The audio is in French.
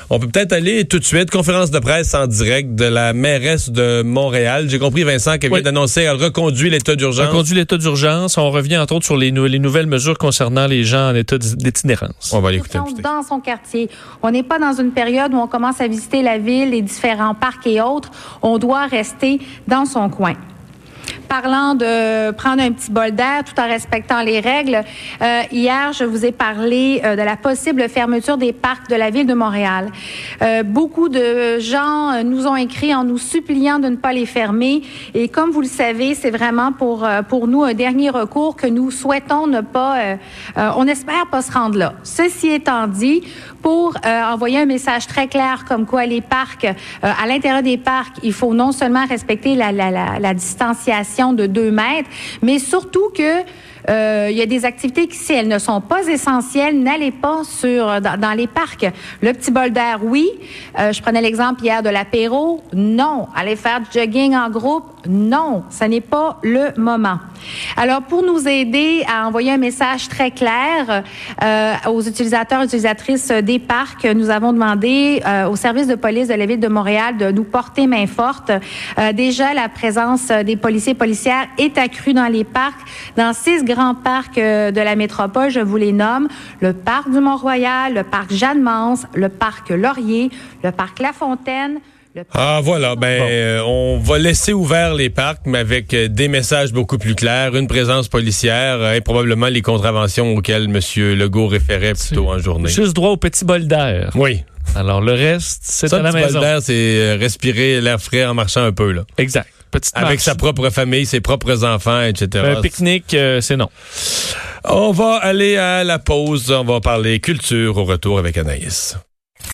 On peut peut-être aller tout de suite, conférence de presse en direct de la mairesse de Montréal. J'ai compris, Vincent, qu'elle vient d'annoncer, elle reconduit l'état d'urgence. Reconduit l'état d'urgence. On revient entre autres sur les nouvelles mesures concernant les gens en état d'itinérance. On va l'écouter. Dans son quartier. On n'est pas dans une période où on commence à visiter la ville, les différents parcs et autres. On doit rester dans son coin. Parlant de prendre un petit bol d'air tout en respectant les règles, hier, je vous ai parlé de la possible fermeture des parcs de la ville de Montréal. Beaucoup de gens nous ont écrit en nous suppliant de ne pas les fermer. Et comme vous le savez, c'est vraiment pour nous un dernier recours que nous souhaitons ne pas... on espère pas se rendre là. Ceci étant dit, pour envoyer un message très clair comme quoi les parcs, à l'intérieur des parcs, il faut non seulement respecter la distanciation de 2 mètres, mais surtout que il y a des activités qui, si elles ne sont pas essentielles, n'allez pas dans les parcs. Le petit bol d'air, oui. Je prenais l'exemple hier de l'apéro. Non. Aller faire du jogging en groupe, non. Ce n'est pas le moment. Alors, pour nous aider à envoyer un message très clair aux utilisateurs et utilisatrices des parcs, nous avons demandé au service de police de la Ville de Montréal de nous porter main forte. Déjà, la présence des policiers et policières est accrue dans les parcs. Dans 6 grands parcs de la métropole, je vous les nomme. Le parc du Mont-Royal, le parc Jeanne-Mance, le parc Laurier, le parc La Fontaine. Voilà, on va laisser ouverts les parcs, mais avec des messages beaucoup plus clairs, une présence policière et probablement les contraventions auxquelles M. Legault référait plus tôt en journée. Juste droit au petit bol d'air. Oui. Alors, le reste, c'est à la maison. Le petit bol d'air, c'est respirer l'air frais en marchant un peu, là. Exact. Petite avec marche. Sa propre famille, ses propres enfants, etc. Un pique-nique, c'est non. On va aller à la pause. On va parler culture au retour avec Anaïs.